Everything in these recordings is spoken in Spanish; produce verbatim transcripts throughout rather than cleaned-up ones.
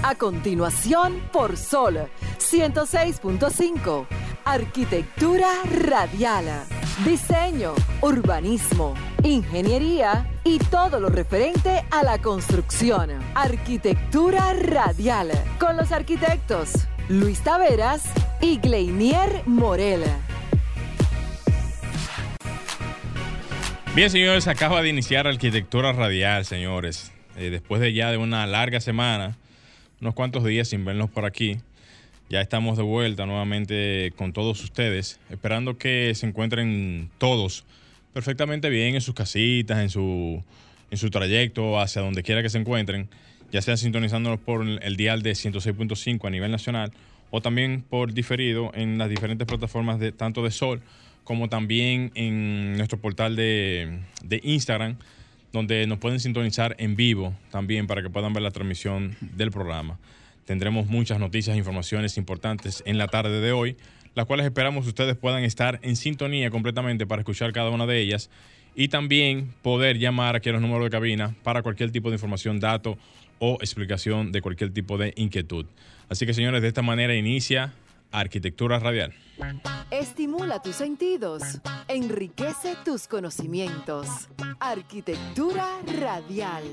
A continuación, por Sol ciento seis punto cinco, Arquitectura Radial. Diseño, urbanismo, ingeniería y todo lo referente a la construcción. Arquitectura Radial, con los arquitectos Luis Taveras y Gleinier Morel. Bien, señores, acaba de iniciar Arquitectura Radial, señores. Eh, después de ya de una larga semana, unos cuantos días sin vernos por aquí, ya estamos de vuelta nuevamente con todos ustedes, esperando que se encuentren todos perfectamente bien en sus casitas, en su, en su trayecto hacia donde quiera que se encuentren, ya sea sintonizándonos por el dial de ciento seis punto cinco a nivel nacional o también por diferido en las diferentes plataformas de tanto de Sol como también en nuestro portal de, de Instagram, donde nos pueden sintonizar en vivo también para que puedan ver la transmisión del programa. Tendremos muchas noticias e informaciones importantes en la tarde de hoy, las cuales esperamos ustedes puedan estar en sintonía completamente para escuchar cada una de ellas y también poder llamar aquí a los números de cabina para cualquier tipo de información, dato o explicación de cualquier tipo de inquietud. Así que, señores, de esta manera inicia Arquitectura Radial. Estimula tus sentidos, enriquece tus conocimientos. Arquitectura Radial.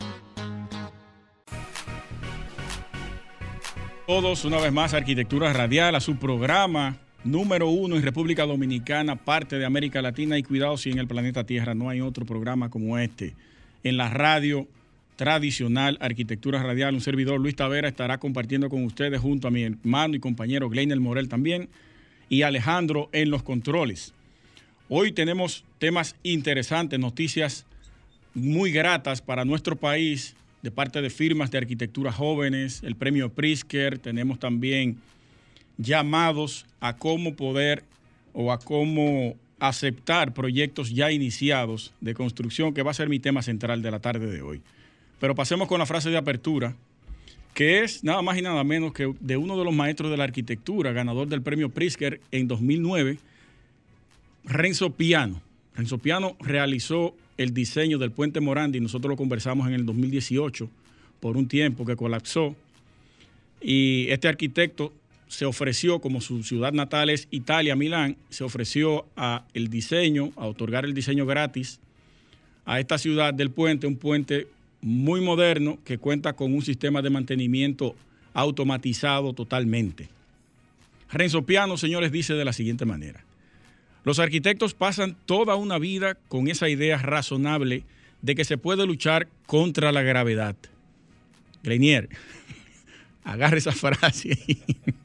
Todos, una vez más, Arquitectura Radial, a su programa número uno en República Dominicana, parte de América Latina y cuidado si en el planeta Tierra no hay otro programa como este. En la radio tradicional Arquitectura Radial, un servidor, Luis Tavera, estará compartiendo con ustedes junto a mi hermano y compañero Gleinier Morel también y Alejandro en los controles. Hoy tenemos temas interesantes, noticias muy gratas para nuestro país de parte de firmas de arquitectura jóvenes, el premio Pritzker. Tenemos también llamados a cómo poder o a cómo aceptar proyectos ya iniciados de construcción, que va a ser mi tema central de la tarde de hoy. Pero pasemos con la frase de apertura, que es nada más y nada menos que de uno de los maestros de la arquitectura, ganador del premio Pritzker en dos mil nueve, Renzo Piano. Renzo Piano realizó el diseño del Puente Morandi, nosotros lo conversamos en el dos mil dieciocho, por un tiempo que colapsó, y este arquitecto se ofreció, como su ciudad natal es Italia, Milán, se ofreció a el diseño, a otorgar el diseño gratis a esta ciudad del puente, un puente muy moderno que cuenta con un sistema de mantenimiento automatizado totalmente. Renzo Piano, señores, dice de la siguiente manera: los arquitectos pasan toda una vida con esa idea razonable de que se puede luchar contra la gravedad. Gleinier, agarre esa frase ahí.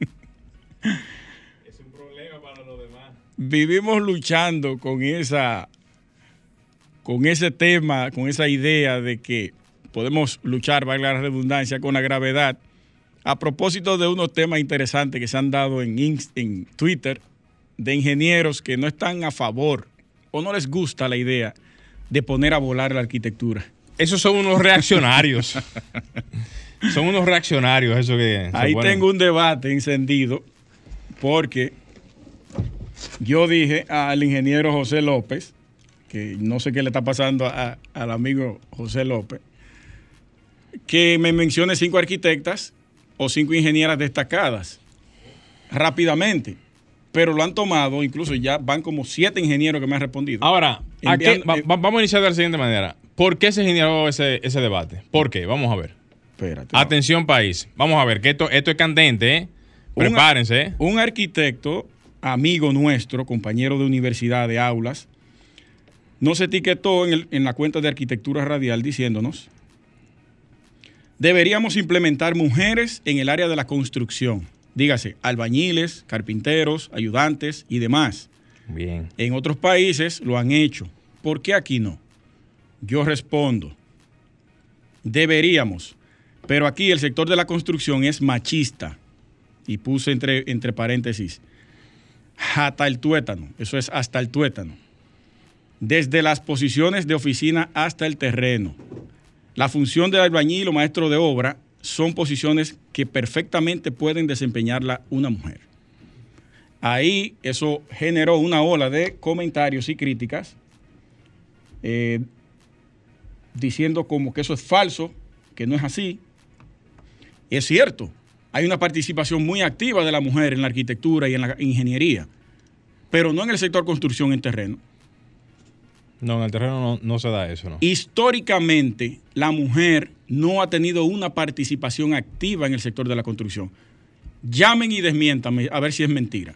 Es un problema para los demás. Vivimos luchando con esa, con ese tema, con esa idea de que podemos luchar, valga la redundancia, con la gravedad. A propósito de unos temas interesantes que se han dado en, en Twitter, de ingenieros que no están a favor o no les gusta la idea de poner a volar la arquitectura. Esos son unos reaccionarios. Son unos reaccionarios, eso que... Ahí tengo un debate encendido porque yo dije al ingeniero José López, que no sé qué le está pasando a, al amigo José López, que me mencione cinco arquitectas o cinco ingenieras destacadas rápidamente. Pero lo han tomado, incluso ya van como siete ingenieros que me han respondido. Ahora, ¿a qué? Va, va, vamos a iniciar de la siguiente manera. ¿Por qué se generó ese, ese debate? ¿Por qué? Vamos a ver. Espérate. Atención, no. País. Vamos a ver, que esto, esto es candente, ¿eh? Prepárense. ¿eh? Un, un arquitecto, amigo nuestro, compañero de universidad, de aulas, nos etiquetó en, el, en la cuenta de Arquitectura Radial diciéndonos: deberíamos implementar mujeres en el área de la construcción. Dígase, albañiles, carpinteros, ayudantes y demás. Bien. En otros países lo han hecho. ¿Por qué aquí no? Yo respondo, deberíamos, pero aquí el sector de la construcción es machista. Y puse entre, entre paréntesis, hasta el tuétano, eso es hasta el tuétano. Desde las posiciones de oficina hasta el terreno. La función del albañil o maestro de obra son posiciones que perfectamente pueden desempeñarla una mujer. Ahí eso generó una ola de comentarios y críticas eh, diciendo como que eso es falso, que no es así. Es cierto, hay una participación muy activa de la mujer en la arquitectura y en la ingeniería, pero no en el sector construcción en terreno. No, en el terreno no, no se da eso, ¿no? Históricamente, la mujer no ha tenido una participación activa en el sector de la construcción. Llamen y desmiéntame a ver si es mentira.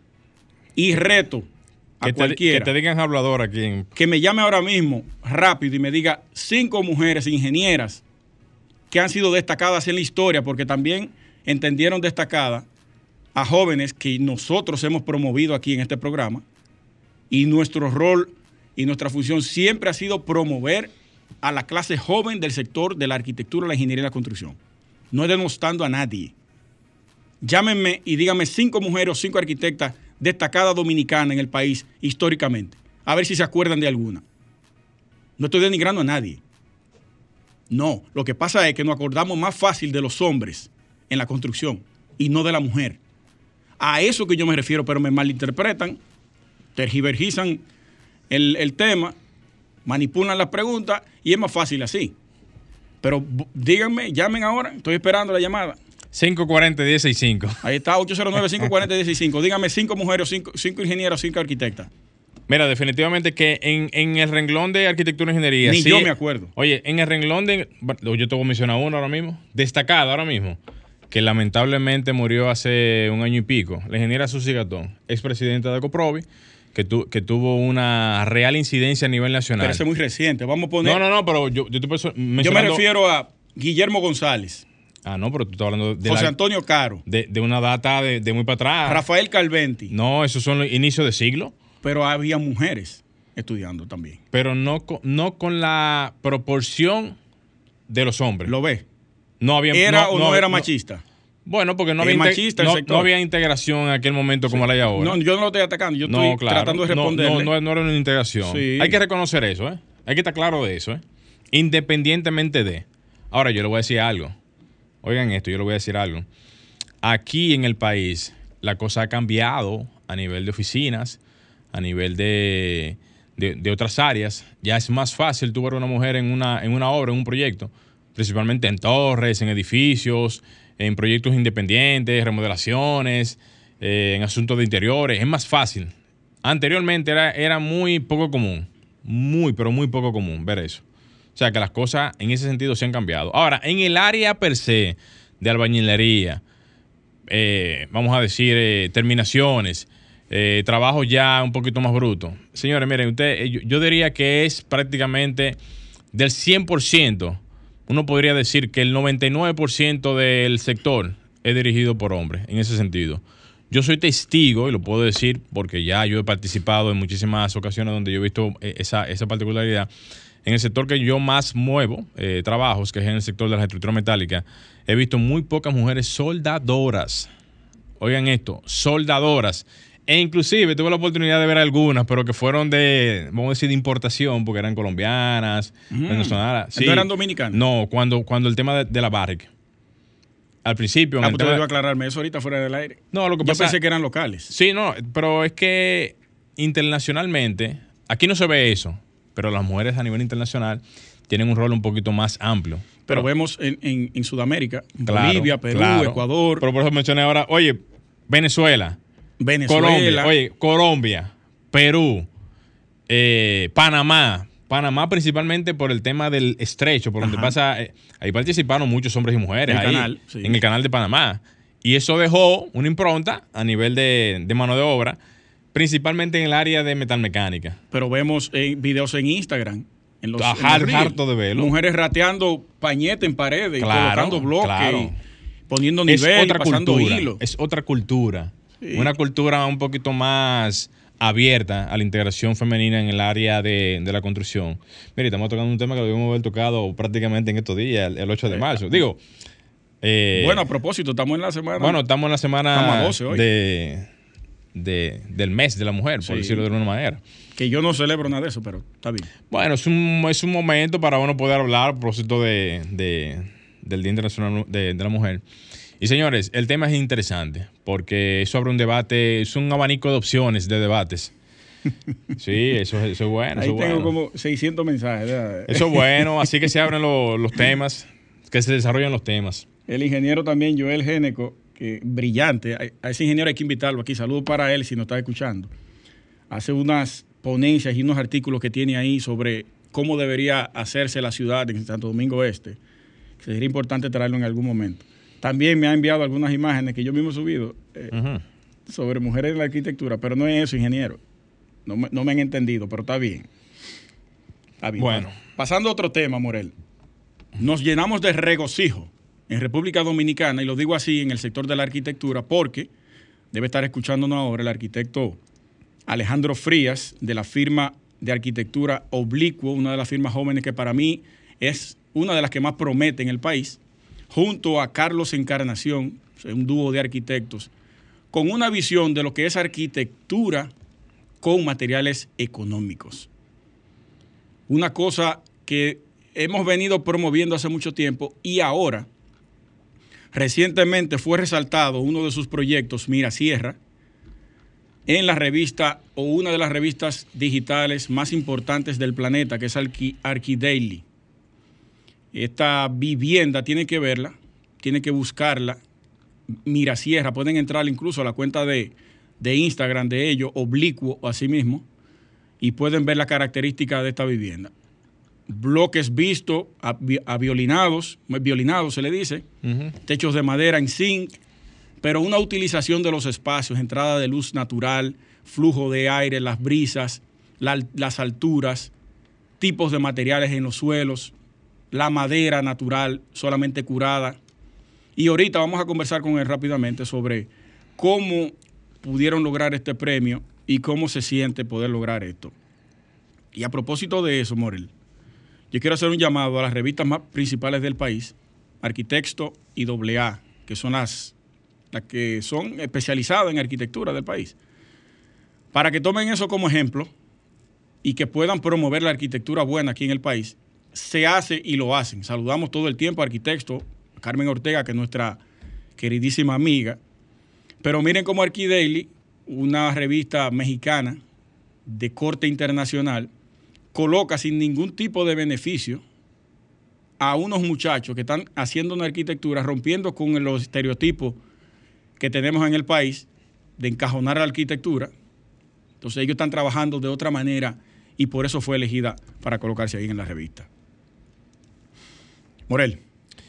Y reto a que te, cualquiera que te digan hablador aquí. En... que me llame ahora mismo rápido y me diga cinco mujeres ingenieras que han sido destacadas en la historia, porque también entendieron destacadas a jóvenes que nosotros hemos promovido aquí en este programa, y nuestro rol y nuestra función siempre ha sido promover a la clase joven del sector de la arquitectura, la ingeniería y la construcción. No es denostando a nadie. Llámenme y díganme cinco mujeres o cinco arquitectas destacadas dominicanas en el país históricamente. A ver si se acuerdan de alguna. No estoy denigrando a nadie. No, lo que pasa es que nos acordamos más fácil de los hombres en la construcción y no de la mujer. A eso que yo me refiero, pero me malinterpretan, tergiversan el, el tema, manipulan las preguntas y es más fácil así. Pero díganme, llamen ahora, estoy esperando la llamada. cinco cuatro cero, uno seis cinco. Ahí está, ocho cero nueve, cinco cuatro cero, uno seis cinco. Dígame cinco mujeres, cinco, cinco ingenieros, cinco arquitectas. Mira, definitivamente que en, en el renglón de arquitectura e ingeniería... Ni sí, yo me acuerdo. Oye, en el renglón de... Yo te voy a mencionar uno ahora mismo, destacada ahora mismo, que lamentablemente murió hace un año y pico. La ingeniera Susi Gatón, expresidenta de Coprovi, que, tu, que tuvo una real incidencia a nivel nacional. Pero ese es muy reciente. Vamos a poner... No, no, no, pero yo, yo, te mencionando... yo me refiero a Guillermo González. Ah, no, pero tú estás hablando de... José la, Antonio Caro. De, de una data de, de muy para atrás. Rafael Calventi. No, esos son los inicios de siglo. Pero había mujeres estudiando también. Pero no, no con la proporción de los hombres. ¿Lo ves? No había, ¿Era no, o no, no era no, machista? Bueno, porque no había, machista no, el sector. no había integración en aquel momento como sí. la hay ahora. No, yo no lo estoy atacando, yo estoy no, claro. tratando de responder. No, no, no, no era una integración. Sí. Hay que reconocer eso, ¿eh? Hay que estar claro de eso, ¿eh? Independientemente de... Ahora, yo le voy a decir algo. Oigan esto, yo le voy a decir algo. Aquí en el país, la cosa ha cambiado a nivel de oficinas, a nivel de, de, de otras áreas. Ya es más fácil tú ver a una mujer en una, en una obra, en un proyecto, principalmente en torres, en edificios, en proyectos independientes, remodelaciones, eh, en asuntos de interiores. Es más fácil. Anteriormente era, era muy poco común, muy, pero muy poco común ver eso. O sea que las cosas en ese sentido se han cambiado. Ahora, en el área per se de albañilería, eh, vamos a decir, eh, terminaciones, eh, trabajos ya un poquito más brutos. Señores, miren, usted, yo, yo diría que es prácticamente del cien por ciento, uno podría decir que el noventa y nueve por ciento del sector es dirigido por hombres, en ese sentido. Yo soy testigo, y lo puedo decir porque ya yo he participado en muchísimas ocasiones donde yo he visto esa, esa particularidad. En el sector que yo más muevo eh, trabajos, que es en el sector de la estructura metálica, he visto muy pocas mujeres soldadoras. Oigan esto, soldadoras. E inclusive tuve la oportunidad de ver algunas, pero que fueron de, vamos a decir, de importación, porque eran colombianas, mm. venezolanas. Sí. ¿No eran dominicanas? No, cuando, cuando el tema de, de la Barrick. Al principio... Ah, pues te iba a aclararme eso ahorita fuera del aire. No, lo que yo pasa... Yo pensé que eran locales. Sí, no, pero es que internacionalmente, aquí no se ve eso, pero las mujeres a nivel internacional tienen un rol un poquito más amplio. Pero, pero vemos en, en, en Sudamérica, claro, Bolivia, Perú, claro. Ecuador. Pero por eso mencioné ahora, oye, Venezuela... Venezuela. Colombia, oye, Colombia, Perú, eh, Panamá. Panamá principalmente por el tema del estrecho, por Ajá. donde pasa... Eh, ahí participaron muchos hombres y mujeres. El ahí, canal, sí. En el canal de Panamá. Y eso dejó una impronta a nivel de, de mano de obra, principalmente en el área de metalmecánica. Pero vemos eh, videos en Instagram. En los, Ajá, en los harto de verlo. Mujeres rateando pañete en paredes, claro, colocando bloques, claro. poniendo nivel, es otra pasando cultura, hilo. Es otra cultura. Sí. Una cultura un poquito más abierta a la integración femenina en el área de, de la construcción. Mire, estamos tocando un tema que lo debemos haber tocado prácticamente en estos días, el, el ocho de marzo. Digo... Eh, bueno, a propósito, estamos en la semana... Bueno, estamos en la semana doce hoy. De, de, del mes de la mujer, por sí. decirlo de alguna manera. Que yo no celebro nada de eso, pero está bien. Bueno, es un, es un momento para uno poder hablar a propósito de, de, del Día Internacional de, de la Mujer. Y señores, el tema es interesante porque eso abre un debate, es un abanico de opciones de debates. Sí, eso, eso es bueno. Ahí eso tengo bueno. como seiscientos mensajes. Eso es bueno, así que se abren lo, los temas, que se desarrollan los temas. El ingeniero también, Joel Géneco, que brillante. A, a ese ingeniero hay que invitarlo aquí. Saludos para él si nos está escuchando. Hace unas ponencias y unos artículos que tiene ahí sobre cómo debería hacerse la ciudad en Santo Domingo Este. Sería importante traerlo en algún momento. También me ha enviado algunas imágenes que yo mismo he subido eh, uh-huh. sobre mujeres en la arquitectura, pero no es eso, ingeniero. No me, no me han entendido, pero está bien. Está bien. Bueno. Pasando a otro tema, Morel. Nos llenamos de regocijo en República Dominicana, y lo digo así en el sector de la arquitectura, porque debe estar escuchándonos ahora el arquitecto Alejandro Frías, de la firma de arquitectura Oblicuo, una de las firmas jóvenes que para mí es una de las que más promete en el país, junto a Carlos Encarnación, un dúo de arquitectos, con una visión de lo que es arquitectura con materiales económicos. Una cosa que hemos venido promoviendo hace mucho tiempo y ahora, recientemente fue resaltado uno de sus proyectos, Mirasierra, en la revista o una de las revistas digitales más importantes del planeta, que es Arqui, Arquidaily. Esta vivienda tiene que verla, tiene que buscarla. Mirasierra, pueden entrar incluso a la cuenta de, de Instagram de ellos, Oblicuo o así mismo, y pueden ver las características de esta vivienda. Bloques vistos, aviolinados, violinados se le dice, uh-huh. techos de madera en zinc, pero una utilización de los espacios, entrada de luz natural, flujo de aire, las brisas, la, las alturas, tipos de materiales en los suelos, la madera natural solamente curada. Y ahorita vamos a conversar con él rápidamente sobre cómo pudieron lograr este premio y cómo se siente poder lograr esto. Y a propósito de eso, Morel, yo quiero hacer un llamado a las revistas más principales del país, Arquitecto y doble A, que son las, las que son especializadas en arquitectura del país, para que tomen eso como ejemplo y que puedan promover la arquitectura buena aquí en el país. Se hace y lo hacen. Saludamos todo el tiempo a Arquitecto, a Carmen Ortega, que es nuestra queridísima amiga. Pero miren cómo Arquidaily, una revista mexicana de corte internacional, coloca sin ningún tipo de beneficio a unos muchachos que están haciendo una arquitectura, rompiendo con los estereotipos que tenemos en el país de encajonar la arquitectura. Entonces ellos están trabajando de otra manera y por eso fue elegida para colocarse ahí en la revista. Morel.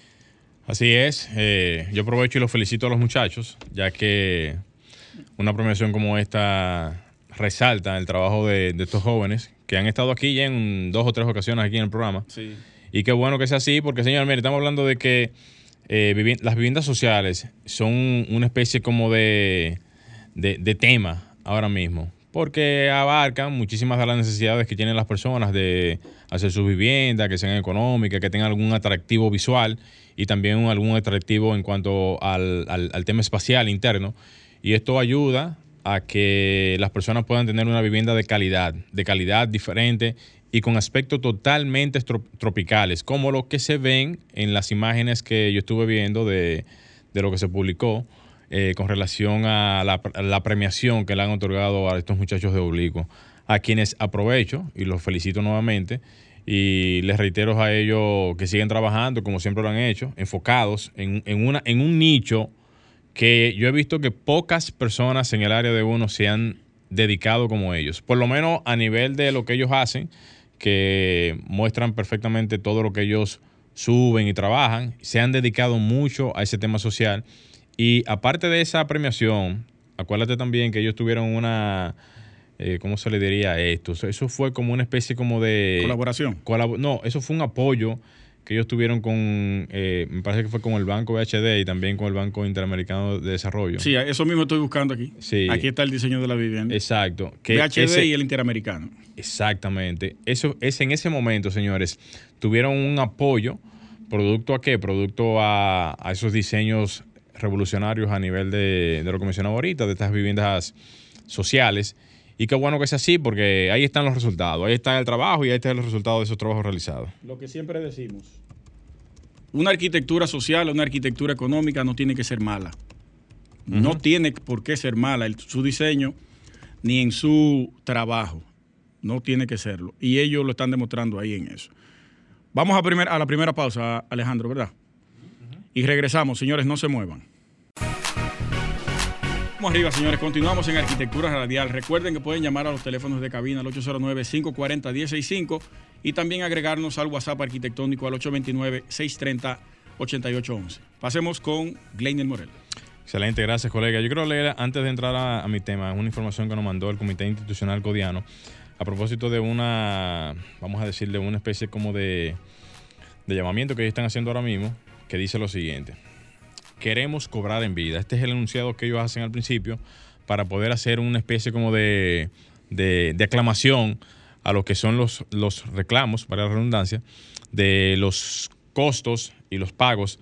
Así es. Eh, yo aprovecho y los felicito a los muchachos, ya que una premiación como esta resalta el trabajo de, de estos jóvenes que han estado aquí ya en dos o tres ocasiones aquí en el programa. Sí. Y qué bueno que sea así, porque, señor, mire, estamos hablando de que eh, vivi- las viviendas sociales son una especie como de, de, de tema ahora mismo, porque abarcan muchísimas de las necesidades que tienen las personas de hacer sus viviendas, que sean económicas, que tengan algún atractivo visual y también algún atractivo en cuanto al, al, al tema espacial interno. Y esto ayuda a que las personas puedan tener una vivienda de calidad, de calidad diferente y con aspectos totalmente trop- tropicales, como lo que se ven en las imágenes que yo estuve viendo de, de lo que se publicó eh, con relación a la, a la premiación que le han otorgado a estos muchachos de Oblicuo, a quienes aprovecho y los felicito nuevamente y les reitero a ellos que siguen trabajando como siempre lo han hecho, enfocados en, en, una, en un nicho que yo he visto que pocas personas en el área de uno se han dedicado como ellos, por lo menos a nivel de lo que ellos hacen, que muestran perfectamente todo lo que ellos suben y trabajan, se han dedicado mucho a ese tema social. Y aparte de esa premiación, acuérdate también que ellos tuvieron una, eh, ¿cómo se le diría esto? Eso fue como una especie como de... ¿Colaboración? Colab- no, eso fue un apoyo que ellos tuvieron con, eh, me parece que fue con el Banco B H D y también con el Banco Interamericano de Desarrollo. Sí, eso mismo estoy buscando aquí. Sí. Aquí está el diseño de la vivienda. Exacto. Que B H D ese, y el Interamericano. Exactamente. Eso es en ese momento, señores, tuvieron un apoyo, ¿producto a qué? Producto a, a esos diseños revolucionarios a nivel de, de lo que mencionaba ahorita, de estas viviendas sociales. Y qué bueno que sea así, porque ahí están los resultados, ahí está el trabajo y ahí está el resultado de esos trabajos realizados. Lo que siempre decimos, una arquitectura social, una arquitectura económica no tiene que ser mala. Uh-huh. No tiene por qué ser mala en su diseño ni en su trabajo. No tiene que serlo. Y ellos lo están demostrando ahí en eso. Vamos a, primer, a la primera pausa, Alejandro, ¿verdad? Uh-huh. y regresamos. Señores, no se muevan. Vamos arriba, señores. Continuamos en Arquitectura Radial. Recuerden que pueden llamar a los teléfonos de cabina al ocho cero nueve, cinco cuatro cero, uno cero seis cinco y también agregarnos al WhatsApp arquitectónico al ocho dos nueve, seis tres cero, ocho ocho uno uno. Pasemos con Gleiner Morel. Excelente, gracias, colega. Yo quiero leer, antes de entrar a, a mi tema, una información que nos mandó el Comité Institucional Codiano a propósito de una, vamos a decirle, una especie como de, de llamamiento que ellos están haciendo ahora mismo, que dice lo siguiente: queremos cobrar en vida. Este es el enunciado que ellos hacen al principio para poder hacer una especie como de, de, de aclamación a lo que son los, los reclamos, para la redundancia, de los costos y los pagos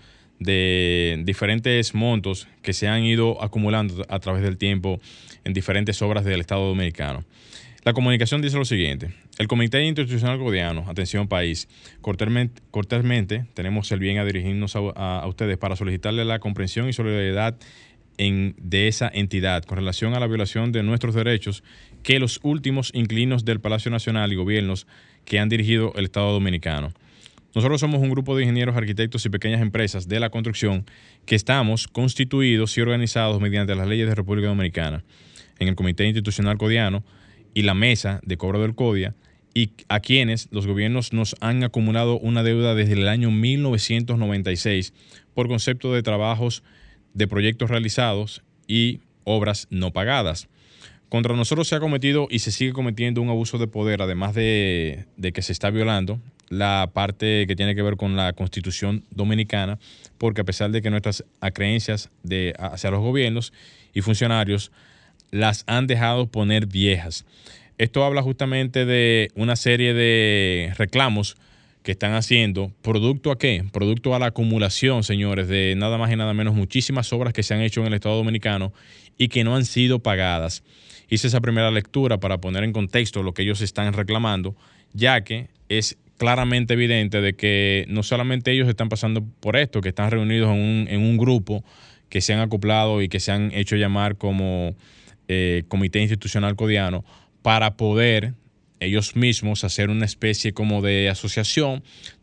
de diferentes montos que se han ido acumulando a través del tiempo en diferentes obras del Estado Dominicano. La comunicación dice lo siguiente: el Comité Institucional Codiano, atención país, cortésmente, cortésmente tenemos el bien a dirigirnos a, a, a ustedes para solicitarle la comprensión y solidaridad en, de esa entidad con relación a la violación de nuestros derechos que los últimos inquilinos del Palacio Nacional y gobiernos que han dirigido el Estado Dominicano. Nosotros somos un grupo de ingenieros, arquitectos y pequeñas empresas de la construcción que estamos constituidos y organizados mediante las leyes de República Dominicana en el Comité Institucional Codiano y la Mesa de Cobro del CODIA, y a quienes los gobiernos nos han acumulado una deuda desde el año mil novecientos noventa y seis por concepto de trabajos de proyectos realizados y obras no pagadas. Contra nosotros se ha cometido y se sigue cometiendo un abuso de poder, además de, de que se está violando la parte que tiene que ver con la Constitución Dominicana, porque a pesar de que nuestras creencias de, hacia los gobiernos y funcionarios las han dejado poner viejas. Esto habla justamente de una serie de reclamos que están haciendo. ¿Producto a qué? Producto a la acumulación, señores, de nada más y nada menos muchísimas obras que se han hecho en el Estado Dominicano y que no han sido pagadas. Hice esa primera lectura para poner en contexto lo que ellos están reclamando, ya que es claramente evidente de que no solamente ellos están pasando por esto, que están reunidos en un, en un grupo que se han acoplado y que se han hecho llamar como eh, Comité Institucional Codiano, para poder ellos mismos hacer una especie como de asociación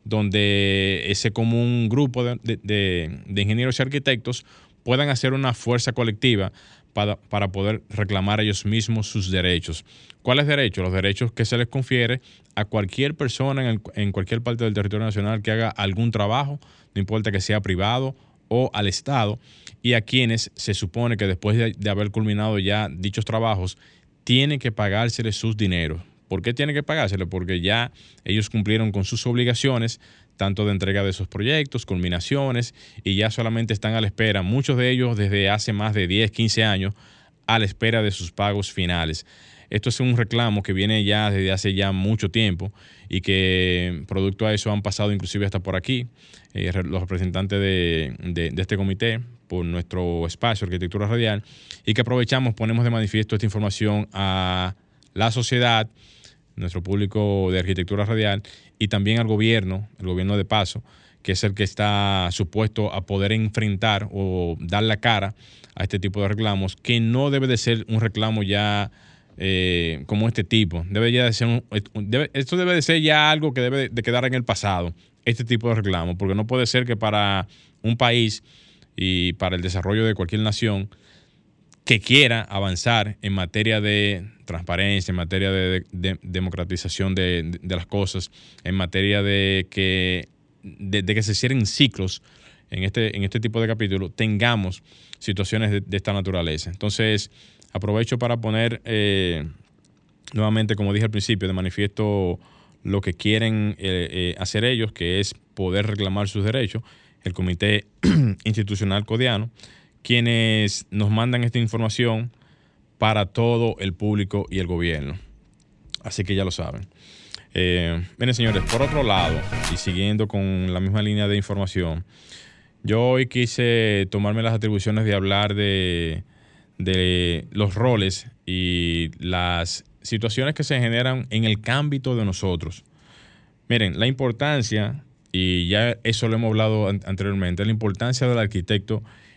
donde ese común grupo de, de, de ingenieros y arquitectos puedan hacer una fuerza colectiva para, para poder reclamar ellos mismos sus derechos. ¿Cuáles derechos? Los derechos que se les confiere a cualquier persona en, el, en cualquier parte del territorio nacional que haga algún trabajo, no importa que sea privado o al Estado, y a quienes se supone que después de, de haber culminado ya dichos trabajos, tienen que pagárseles sus dineros. ¿Por qué tienen que pagárseles? Porque ya ellos cumplieron con sus obligaciones, tanto de entrega de sus proyectos, culminaciones, y ya solamente están a la espera, muchos de ellos desde hace más de diez, quince años, a la espera de sus pagos finales. Esto es un reclamo que viene ya desde hace ya mucho tiempo y que producto a eso han pasado inclusive hasta por aquí eh, los representantes de, de, de este comité por nuestro espacio Arquitectura Radial, y que aprovechamos, ponemos de manifiesto esta información a la sociedad, nuestro público de Arquitectura Radial, y también al gobierno, el gobierno de paso, que es el que está supuesto a poder enfrentar o dar la cara a este tipo de reclamos, que no debe de ser un reclamo ya eh, como este tipo. Debe ya de ser un, debe, esto debe de ser ya algo que debe de quedar en el pasado, este tipo de reclamos, porque no puede ser que para un país y para el desarrollo de cualquier nación que quiera avanzar en materia de transparencia, en materia de, de, de democratización de, de, de las cosas, en materia de que, de, de que se cierren ciclos en este, en este tipo de capítulos, tengamos situaciones de, de esta naturaleza. Entonces, aprovecho para poner eh, nuevamente, como dije al principio, de manifiesto lo que quieren eh, eh, hacer ellos, que es poder reclamar sus derechos. El Comité Institucional Codiano, quienes nos mandan esta información para todo el público y el gobierno. Así que ya lo saben. Eh, miren, señores, por otro lado, y siguiendo con la misma línea de información, yo hoy quise tomarme las atribuciones de hablar de, de los roles y las situaciones que se generan en el ámbito de nosotros. Miren, la importancia, y ya eso lo hemos hablado anteriormente, la importancia del arquitecto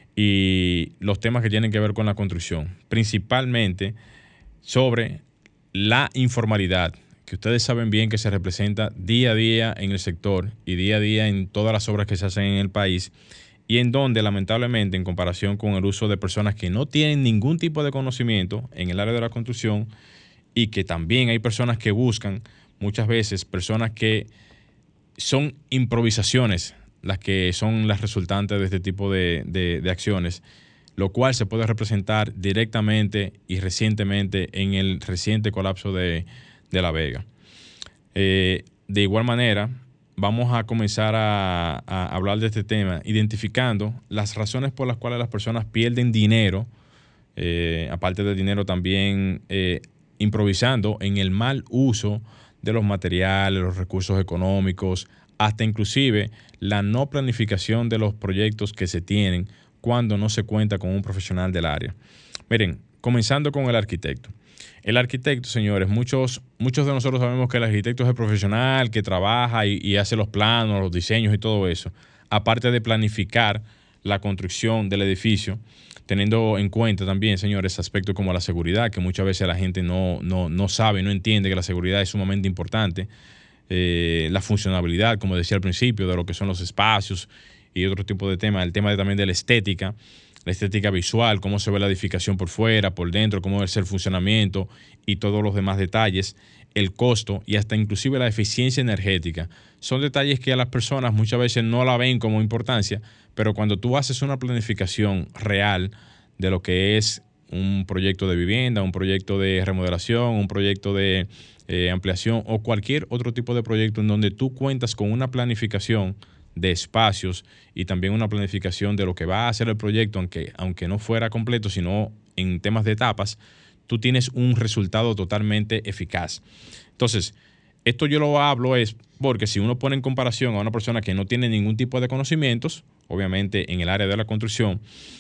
y los temas que tienen que ver con la construcción, principalmente sobre la informalidad, que ustedes saben bien que se representa día a día en el sector y día a día en todas las obras que se hacen en el país, y en donde lamentablemente en comparación con el uso de personas que no tienen ningún tipo de conocimiento en el área de la construcción y que también hay personas que buscan muchas veces personas que son improvisaciones las que son las resultantes de este tipo de, de, de acciones, lo cual se puede representar directamente y recientemente en el reciente colapso de, de La Vega. Eh, de igual manera, vamos a comenzar a, a hablar de este tema, identificando las razones por las cuales las personas pierden dinero, eh, aparte del dinero también eh, improvisando en el mal uso de los materiales, los recursos económicos, hasta inclusive la no planificación de los proyectos que se tienen cuando no se cuenta con un profesional del área. Miren, comenzando con el arquitecto. El arquitecto, señores, muchos, muchos de nosotros sabemos que el arquitecto es el profesional que trabaja y, y hace los planos, los diseños y todo eso, aparte de planificar la construcción del edificio, teniendo en cuenta también, señores, aspectos como la seguridad, que muchas veces la gente no, no, no sabe, no entiende que la seguridad es sumamente importante. Eh, la funcionabilidad, como decía al principio, de lo que son los espacios y otro tipo de temas, el tema de, también de la estética, la estética visual, cómo se ve la edificación por fuera, por dentro, cómo es el funcionamiento y todos los demás detalles, el costo y hasta inclusive la eficiencia energética. Son detalles que a las personas muchas veces no la ven como importancia, pero cuando tú haces una planificación real de lo que es un proyecto de vivienda, un proyecto de remodelación, un proyecto de eh, ampliación o cualquier otro tipo de proyecto en donde tú cuentas con una planificación de espacios y también una planificación de lo que va a hacer el proyecto, aunque, aunque no fuera completo, sino en temas de etapas, tú tienes un resultado totalmente eficaz. Entonces, esto yo lo hablo es porque si uno pone en comparación a una persona que no tiene ningún tipo de conocimientos, obviamente en el área de la construcción,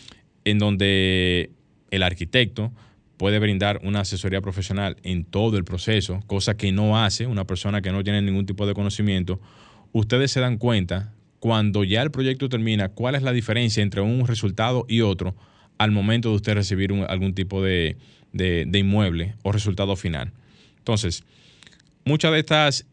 en donde el arquitecto puede brindar una asesoría profesional en todo el proceso, cosa que no hace una persona que no tiene ningún tipo de conocimiento, ustedes se dan cuenta cuando ya el proyecto termina, cuál es la diferencia entre un resultado y otro al momento de usted recibir un, algún tipo de, de, de inmueble o resultado final. Entonces, muchas de estas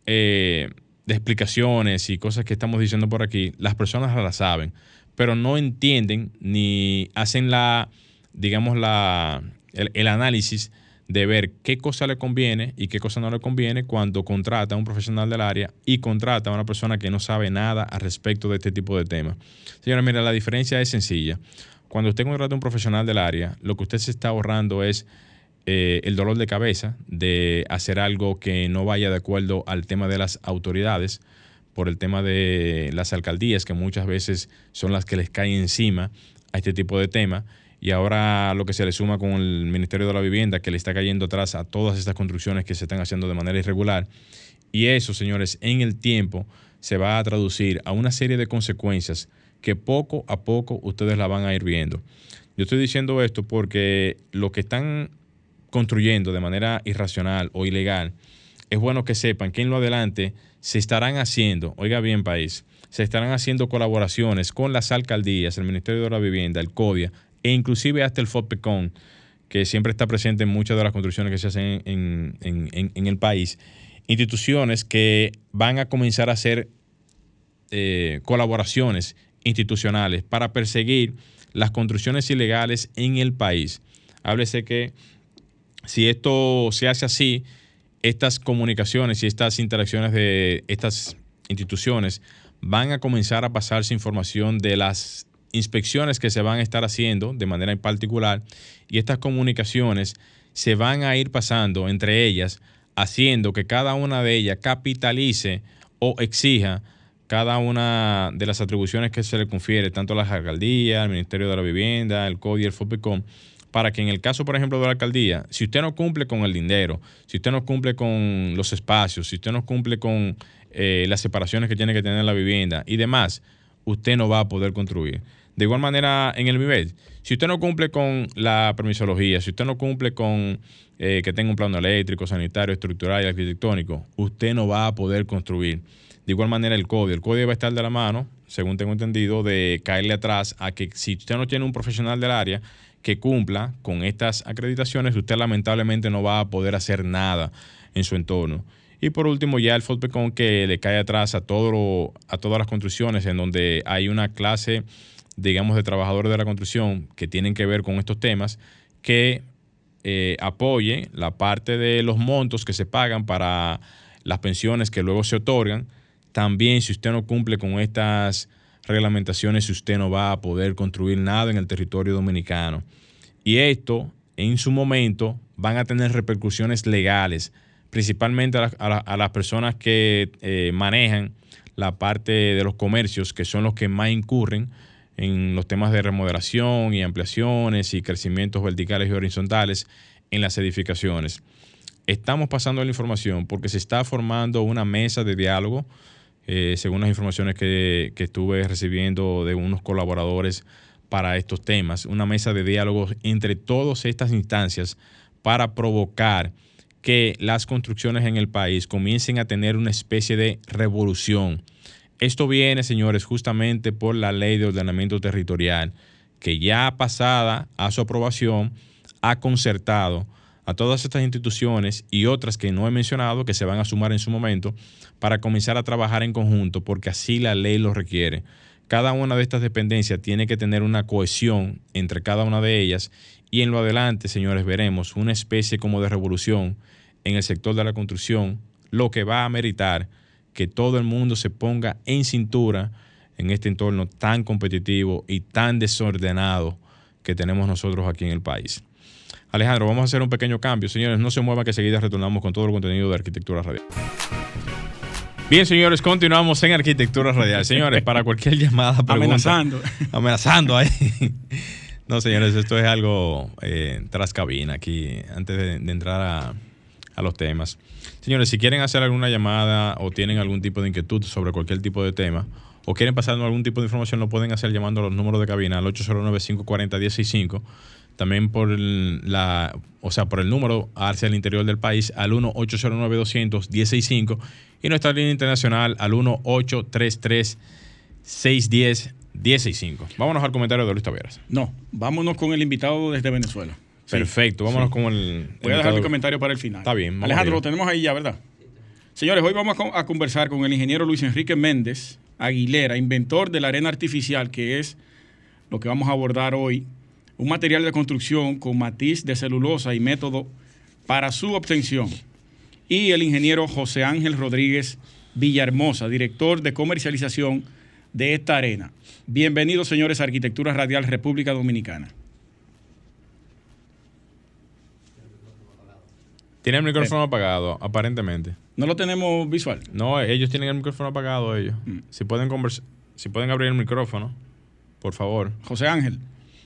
eh, de explicaciones y cosas que estamos diciendo por aquí, las personas las saben, pero no entienden ni hacen la, digamos, la, el, el análisis de ver qué cosa le conviene y qué cosa no le conviene cuando contrata a un profesional del área y contrata a una persona que no sabe nada al respecto de este tipo de temas. Señora, mira, la diferencia es sencilla. Cuando usted contrata a un profesional del área, lo que usted se está ahorrando es eh, el dolor de cabeza de hacer algo que no vaya de acuerdo al tema de las autoridades, por el tema de las alcaldías, que muchas veces son las que les caen encima a este tipo de temas. Y ahora lo que se le suma con el Ministerio de la Vivienda, que le está cayendo atrás a todas estas construcciones que se están haciendo de manera irregular. Y eso, señores, en el tiempo se va a traducir a una serie de consecuencias que poco a poco ustedes la van a ir viendo. Yo estoy diciendo esto porque lo que están construyendo de manera irracional o ilegal, es bueno que sepan que en lo adelante se estarán haciendo, oiga bien país, se estarán haciendo colaboraciones con las alcaldías, el Ministerio de la Vivienda, el CODIA, e inclusive hasta el FODPECON, que siempre está presente en muchas de las construcciones que se hacen en, en, en, en el país, instituciones que van a comenzar a hacer eh, colaboraciones institucionales para perseguir las construcciones ilegales en el país. Háblese que si esto se hace así, estas comunicaciones y estas interacciones de estas instituciones van a comenzar a pasarse información de las inspecciones que se van a estar haciendo de manera en particular, y estas comunicaciones se van a ir pasando entre ellas, haciendo que cada una de ellas capitalice o exija cada una de las atribuciones que se le confiere tanto a las alcaldías, al Ministerio de la Vivienda, el CODI, el FODPECON, para que en el caso, por ejemplo, de la alcaldía, si usted no cumple con el dinero, si usted no cumple con los espacios, si usted no cumple con eh, las separaciones que tiene que tener la vivienda y demás, usted no va a poder construir. De igual manera, en el MIBEL, si usted no cumple con la permisología, si usted no cumple con eh, que tenga un plano eléctrico, sanitario, estructural y arquitectónico, usted no va a poder construir. De igual manera, el CODI. El CODI va a estar de la mano, según tengo entendido, de caerle atrás a que si usted no tiene un profesional del área que cumpla con estas acreditaciones, usted lamentablemente no va a poder hacer nada. en su entorno. Y por último, ya el FODPECON, que le cae atrás a, todo lo, a todas las construcciones en donde hay una clase, digamos, de trabajadores de la construcción que tienen que ver con estos temas, que eh, apoye la parte de los montos que se pagan para las pensiones que luego se otorgan. También, si usted no cumple con estas reglamentaciones, usted no va a poder construir nada en el territorio dominicano. Y esto, en su momento, van a tener repercusiones legales, principalmente a, la, a, la, a las personas que eh, manejan la parte de los comercios, que son los que más incurren en los temas de remodelación y ampliaciones y crecimientos verticales y horizontales en las edificaciones. Estamos pasando la información porque se está formando una mesa de diálogo, eh, según las informaciones que, que estuve recibiendo de unos colaboradores para estos temas, una mesa de diálogo entre todas estas instancias para provocar que las construcciones en el país comiencen a tener una especie de revolución. Esto viene, señores, justamente por la Ley de Ordenamiento Territorial, que ya pasada a su aprobación ha concertado a todas estas instituciones y otras que no he mencionado, que se van a sumar en su momento, para comenzar a trabajar en conjunto, porque así la ley lo requiere. Cada una de estas dependencias tiene que tener una cohesión entre cada una de ellas y en lo adelante, señores, veremos una especie como de revolución en el sector de la construcción, lo que va a meritar que todo el mundo se ponga en cintura en este entorno tan competitivo y tan desordenado que tenemos nosotros aquí en el país. Alejandro, vamos a hacer un pequeño cambio. Señores, no se muevan, que enseguida retornamos con todo el contenido de Arquitectura Radial. Bien, señores, continuamos en Arquitectura Radial. Señores, para cualquier llamada, pregunta, amenazando. Amenazando ahí. No, señores, esto es algo eh, tras cabina aquí, antes de, de entrar a, a los temas. Señores, si quieren hacer alguna llamada o tienen algún tipo de inquietud sobre cualquier tipo de tema o quieren pasarnos algún tipo de información, lo pueden hacer llamando a los números de cabina al ocho cero nueve, cinco cuatro cero, uno cero seis cinco. También por el, la, o sea, por el número hacia el interior del país al uno ocho cero nueve, doscientos, diez sesenta y cinco y nuestra línea internacional al uno ocho tres tres, seis uno cero, diez sesenta y cinco. Vámonos al comentario de Luis Taveras. No, vámonos con el invitado desde Venezuela. Perfecto, vámonos sí. con el... Voy a dejar mi comentario para el final. Está bien. Alejandro, lo tenemos ahí ya, ¿verdad? Señores, hoy vamos a, a conversar con el ingeniero Luis Enrique Méndez Aguilera, inventor de la arena artificial, que es lo que vamos a abordar hoy, un material de construcción con matiz de celulosa y método para su obtención. Y el ingeniero José Ángel Rodríguez Villahermosa, director de comercialización de esta arena. Bienvenidos, señores, a Arquitectura Radial República Dominicana. Tiene el micrófono eh. apagado, aparentemente. ¿No lo tenemos visual? No, ellos tienen el micrófono apagado, ellos. Mm. Si pueden conversar, si pueden abrir el micrófono, por favor. José Ángel.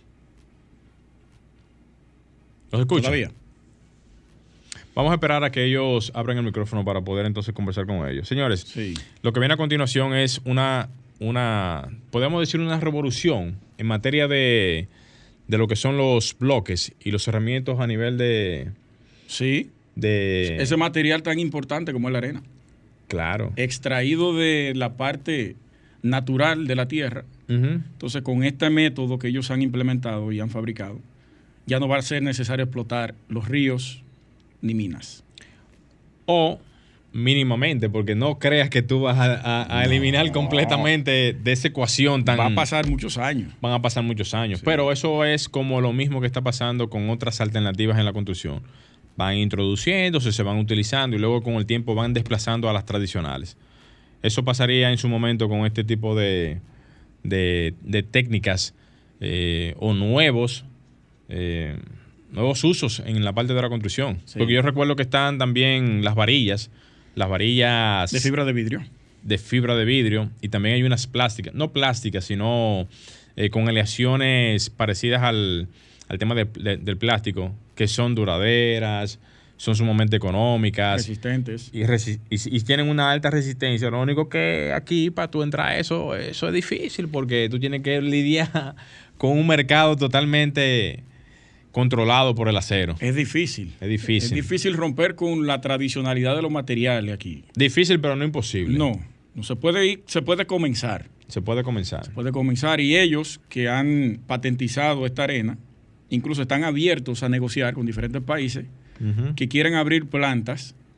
¿Los escuchan? Todavía. Vamos a esperar a que ellos abran el micrófono para poder entonces conversar con ellos. Señores, sí. Lo que viene a continuación es una, una, podemos decir una revolución en materia de, de lo que son los bloques y los cerramientos a nivel de... Sí. De, ese material tan importante como es la arena. Claro. Extraído de la parte natural de la tierra. Uh-huh. Entonces, con este método que ellos han implementado y han fabricado, ya no va a ser necesario explotar los ríos ni minas. O mínimamente, porque no creas que tú vas a, a, a eliminar no. completamente de esa ecuación tan... Va a pasar muchos años. Van a pasar muchos años. Sí. Pero eso es como lo mismo que está pasando con otras alternativas en la construcción. Van introduciéndose, se van utilizando y luego con el tiempo van desplazando a las tradicionales. Eso pasaría en su momento con este tipo de, de, de técnicas eh, o nuevos eh, nuevos usos en la parte de la construcción. Sí. Porque yo recuerdo que están también las varillas, las varillas... De fibra de vidrio. De fibra de vidrio. Y también hay unas plásticas, no plásticas, sino eh, con aleaciones parecidas al, al tema de, de, del plástico, que son duraderas, son sumamente económicas. Resistentes. Y, resi y, y tienen una alta resistencia. Lo único que aquí, para tú entrar a eso, eso es difícil, porque tú tienes que lidiar con un mercado totalmente controlado por el acero. Es difícil. Es difícil. Es difícil romper con la tradicionalidad de los materiales aquí. Difícil, pero no imposible. No, no se puede ir, se puede comenzar. Se puede comenzar. Se puede comenzar. Y ellos que han patentizado esta arena, incluso están abiertos a negociar con diferentes países uh-huh. que quieren abrir plantas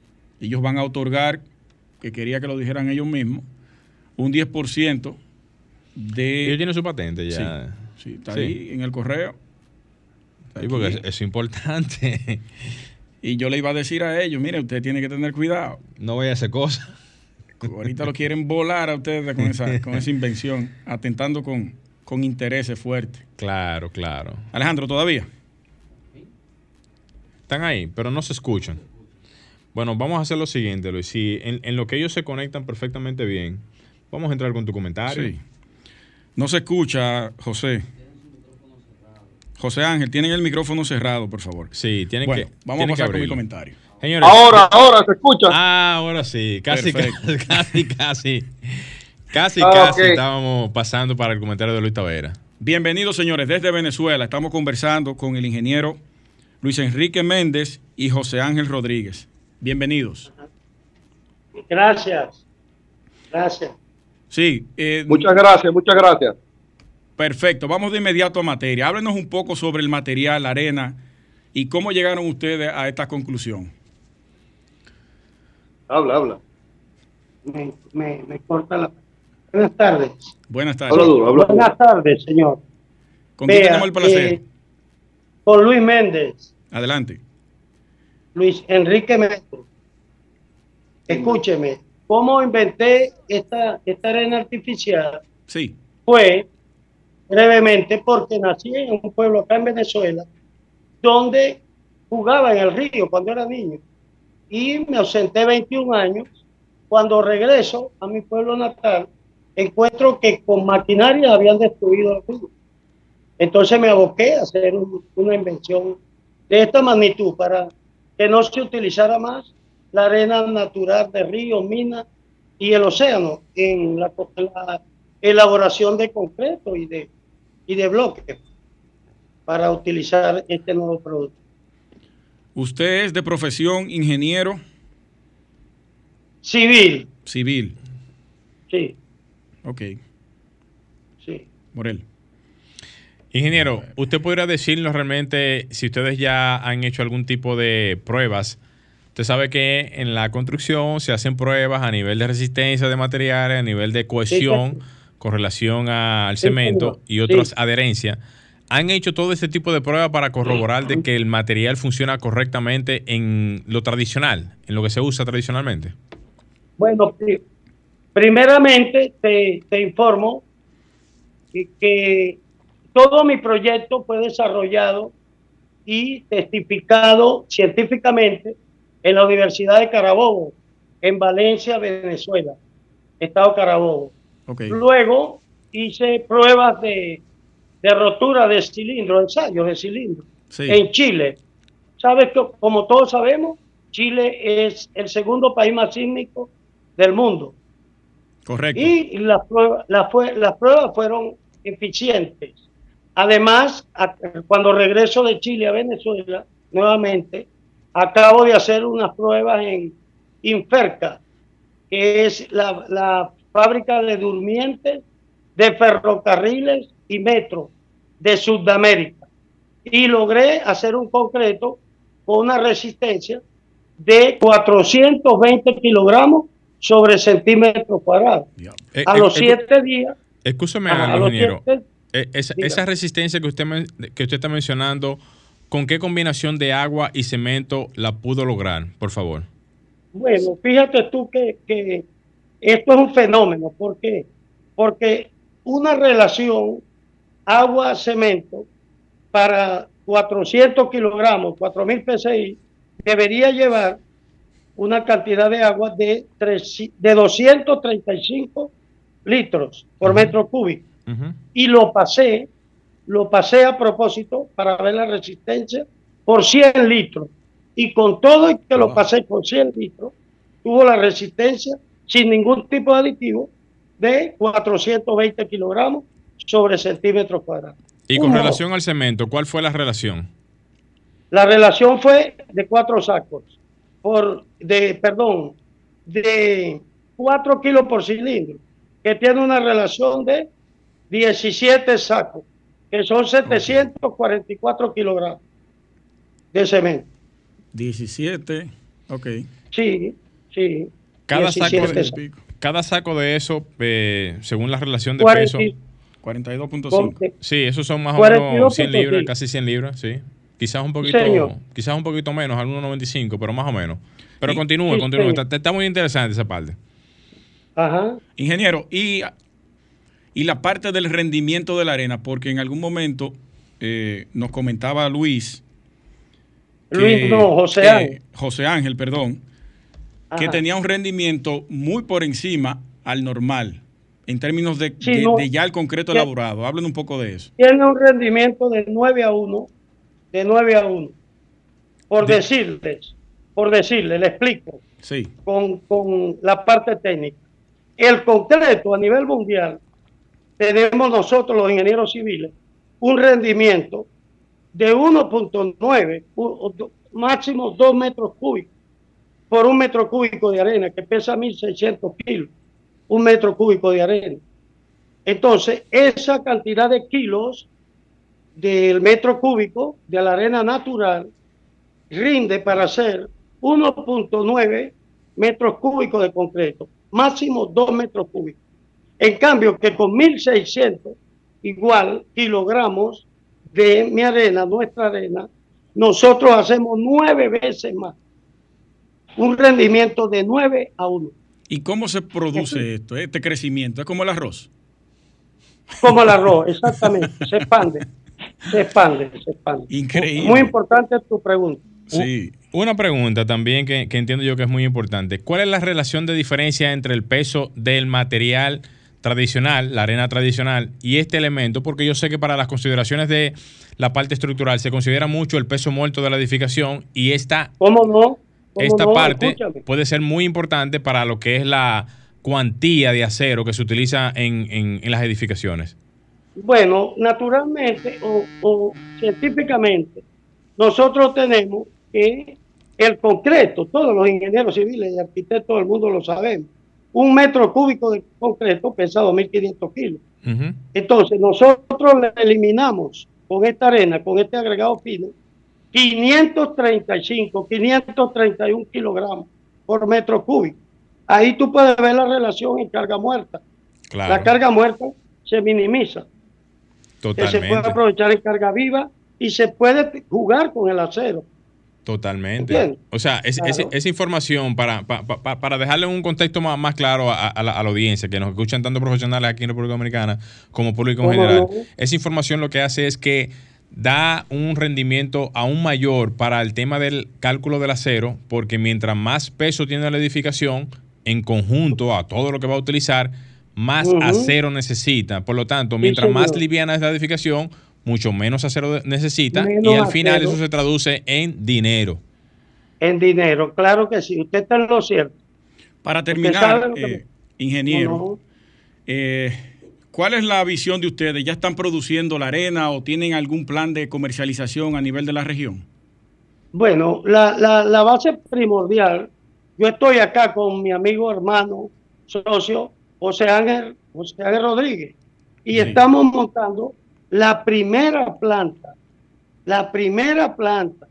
ellos van a otorgar, que quería que lo dijeran ellos mismos, un diez por ciento de... Ellos tienen su patente ya. Sí, sí está sí. ahí en el correo. Sí, porque eso es importante. Y yo le iba a decir a ellos, mire, usted tiene que tener cuidado. No vaya a hacer cosas. Ahorita lo quieren volar a ustedes con esa, con esa invención, atentando con, con intereses fuertes. Claro, claro. Alejandro, ¿todavía? Están ahí, pero no se escuchan. Bueno, vamos a hacer lo siguiente, Luis. Si en, en lo que ellos se conectan perfectamente bien, vamos a entrar con tu comentario. Sí. No se escucha, José. José Ángel, tienen el micrófono cerrado, por favor. Sí, tienen bueno, que. Vamos tienen a pasar que con mi comentario. Señores, ahora, ahora, ¿se escucha? Ah, ahora sí. Casi, casi, casi, casi. Casi, ah, casi okay. estábamos pasando para el comentario de Luis Tavera. Bienvenidos, señores, desde Venezuela. Estamos conversando con el ingeniero Luis Enrique Méndez y José Ángel Rodríguez. Bienvenidos. Gracias. Gracias. Sí. Eh, muchas gracias, muchas gracias. Perfecto. Vamos de inmediato a materia. Háblenos un poco sobre el material, la arena, y cómo llegaron ustedes a esta conclusión. Habla, habla. Me, me, me corta la... Buenas tardes. Buenas tardes. Habla duro, habla Buenas duro. tardes, señor. ¿Con quién tenemos el placer? Eh, con Luis Méndez. Adelante. Luis Enrique Méndez. Escúcheme, ¿cómo inventé esta, esta arena artificial? Sí. Fue, brevemente, porque nací en un pueblo acá en Venezuela, donde jugaba en el río cuando era niño. Y me ausenté veintiún años. Cuando regreso a mi pueblo natal, encuentro que con maquinaria habían destruido el río. Entonces me aboqué a hacer un, una invención de esta magnitud para que no se utilizara más la arena natural de ríos, minas y el océano en la, en la elaboración de concreto y de, y de bloques para utilizar este nuevo producto. ¿Usted es de profesión ingeniero? Civil. Civil. Sí. Ok. Sí. Morel. Ingeniero, ¿usted podría decirnos realmente si ustedes ya han hecho algún tipo de pruebas? Usted sabe que en la construcción se hacen pruebas a nivel de resistencia de materiales, a nivel de cohesión, sí, sí. con relación a, al sí, cemento sí, y otras sí. adherencias. ¿Han hecho todo este tipo de pruebas para corroborar de que el material funciona correctamente en lo tradicional, en lo que se usa tradicionalmente? Bueno, primeramente te, te informo que, que todo mi proyecto fue desarrollado y testificado científicamente en la Universidad de Carabobo, en Valencia, Venezuela, Estado Carabobo. Okay. Luego hice pruebas de, de rotura de cilindro, ensayos de cilindro, sí. en Chile. ¿Sabes que, como todos sabemos, Chile es el segundo país más sísmico del mundo? Correcto. Y las pruebas, las, las pruebas fueron eficientes. Además, a, cuando regreso de Chile a Venezuela, nuevamente, acabo de hacer unas pruebas en Inferca, que es la, la fábrica de durmientes de ferrocarriles y metro de Sudamérica. Y logré hacer un concreto con una resistencia de cuatrocientos veinte kilogramos sobre centímetro cuadrado. Eh, a eh, los eh, siete días... Escúchame, a ingeniero. Siete, eh, esa, esa resistencia que usted, me, que usted está mencionando, ¿con qué combinación de agua y cemento la pudo lograr, por favor? Bueno, fíjate tú que, que esto es un fenómeno. ¿Por qué? Porque una relación agua-cemento para cuatrocientos kilogramos, cuatro mil P S I, debería llevar una cantidad de agua de, tres, de doscientos treinta y cinco litros por uh-huh. metro cúbico. Uh-huh. Y lo pasé, lo pasé a propósito para ver la resistencia por cien litros. Y con todo y que oh. lo pasé por cien litros, tuvo la resistencia sin ningún tipo de aditivo de cuatrocientos veinte kilogramos sobre centímetros cuadrados. Y con Uno. relación al cemento, ¿cuál fue la relación? La relación fue de cuatro sacos, por, de, perdón, de cuatro kilos por cilindro, que tiene una relación de diecisiete sacos, que son setecientos cuarenta y cuatro okay. kilogramos de cemento. diecisiete, ok. Sí, Sí. Cada saco, diecisiete de, cada saco de eso, eh, según la relación de cuarenta, peso, cuarenta y dos punto cinco. sí, esos son más o cuarenta y dos menos cien punto libras, cinco. casi cien libras, sí. Quizás un poquito, Señor. quizás un poquito menos, algunos noventa y cinco, pero más o menos. Pero Y- continúe, sí, continúe. señor. Está, está muy interesante esa parte. Ajá. Ingeniero, y, y la parte del rendimiento de la arena, porque en algún momento eh, nos comentaba Luis. que- Luis, no, José que- Ángel. José Ángel, perdón, que Ajá. tenía un rendimiento muy por encima al normal, en términos de, Sí, de- no. de ya el concreto Que- elaborado. Hablen un poco de eso. Tiene un rendimiento de nueve a uno, de nueve a uno. Por De- decirles, por decirles, le explico, Sí, con, con la parte técnica. El concreto a nivel mundial, tenemos nosotros los ingenieros civiles, un rendimiento de uno punto nueve, u- o do- máximo dos metros cúbicos por un metro cúbico de arena, que pesa mil seiscientos kilos, un metro cúbico de arena. Entonces, esa cantidad de kilos del metro cúbico de la arena natural rinde para hacer uno punto nueve metros cúbicos de concreto, máximo dos metros cúbicos. En cambio, que con mil seiscientos igual kilogramos de mi arena, nuestra arena, nosotros hacemos nueve veces más. Un rendimiento de nueve a uno. ¿y cómo se produce esto, este crecimiento? ¿Es como el arroz? Como el arroz, exactamente. Se expande, se expande, se expande. Increíble. Muy importante tu pregunta. Sí. Una pregunta también que, que entiendo yo que es muy importante. ¿Cuál es la relación de diferencia entre el peso del material tradicional, la arena tradicional, y este elemento? Porque yo sé que para las consideraciones de la parte estructural se considera mucho el peso muerto de la edificación, y esta, ¿Cómo no? ¿Cómo esta no? parte Escúchame. puede ser muy importante para lo que es la cuantía de acero que se utiliza en, en, en las edificaciones. Bueno, naturalmente o, o científicamente, nosotros tenemos que el concreto, todos los ingenieros civiles y arquitectos del mundo lo sabemos, un metro cúbico de concreto pesa dos mil quinientos kilos. Uh-huh. Entonces, nosotros le eliminamos con esta arena, con este agregado fino, quinientos treinta y cinco, quinientos treinta y uno kilogramos por metro cúbico. Ahí tú puedes ver la relación en carga muerta. Claro. La carga muerta se minimiza. Que se puede Totalmente. aprovechar en carga viva y se puede jugar con el acero. Totalmente. ¿Entiendes? O sea, es, Claro. es- esa información, para, pa- pa- para dejarle un contexto más, más claro a, a la, a la audiencia, que nos escuchan tanto profesionales aquí en República Dominicana como público en ¿Cómo general, no? esa información lo que hace es que da un rendimiento aún mayor para el tema del cálculo del acero, porque mientras más peso tiene la edificación, en conjunto a todo lo que va a utilizar, más Ujú. acero necesita. Por lo tanto, Sí, mientras más señor. liviana es la edificación, mucho menos acero de- necesita, Menos y al final acero. eso se traduce en dinero. En dinero, claro que sí. Usted está en lo cierto. Para sabe terminar, lo que- eh, ingeniero, No, no. eh, ¿cuál es la visión de ustedes? ¿Ya están produciendo la arena o tienen algún plan de comercialización a nivel de la región? Bueno, la, la, la base primordial, yo estoy acá con mi amigo, hermano, socio, José Ángel, José Ángel Rodríguez, y Sí. estamos montando la primera planta, la primera planta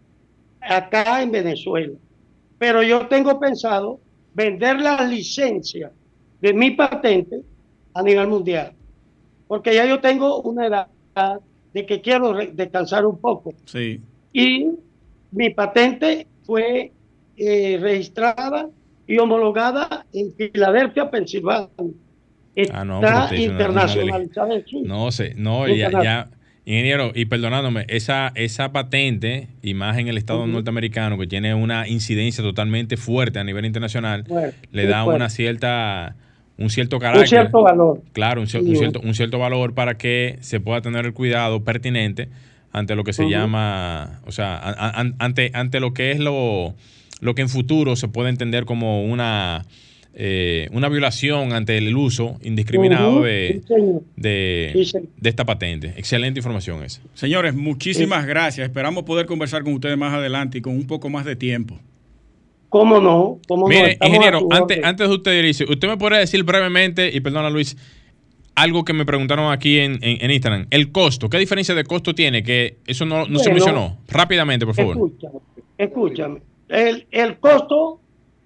acá en Venezuela. Pero yo tengo pensado vender la licencia de mi patente a nivel mundial, porque ya yo tengo una edad de que quiero re- descansar un poco. Sí. Y mi patente fue eh, registrada y homologada en Filadelfia, Pensilvania. Ah, no, Está pero usted hizo una- internacionalizada en Suiza. No sé, no, ya, ya, ingeniero, y perdonándome, esa, esa patente, y más en el estado Ujú. norteamericano, que tiene una incidencia totalmente fuerte a nivel internacional, Bueno, le muy da fuerte. una cierta, un cierto carácter. Un cierto valor. Claro, un, cier- Sí, un cierto, un cierto valor para que se pueda tener el cuidado pertinente ante lo que se Ujú. llama, o sea, a- a- ante, ante lo que es lo, lo que en futuro se puede entender como una, eh, una violación ante el uso indiscriminado Ujú, de, sí, señor. de, Sí, señor. de esta patente. Excelente información esa. Señores, muchísimas gracias. Esperamos poder conversar con ustedes más adelante y con un poco más de tiempo. ¿Cómo no? ¿Cómo no? Mire, Estamos a ingeniero, tu antes, orden. antes de usted irse, ¿usted me podría decir brevemente, y perdona Luis, algo que me preguntaron aquí en, en, en Instagram? El costo, ¿qué diferencia de costo tiene? Que eso no, no se Bueno, mencionó. Rápidamente, por favor. Escúchame, escúchame. El, el costo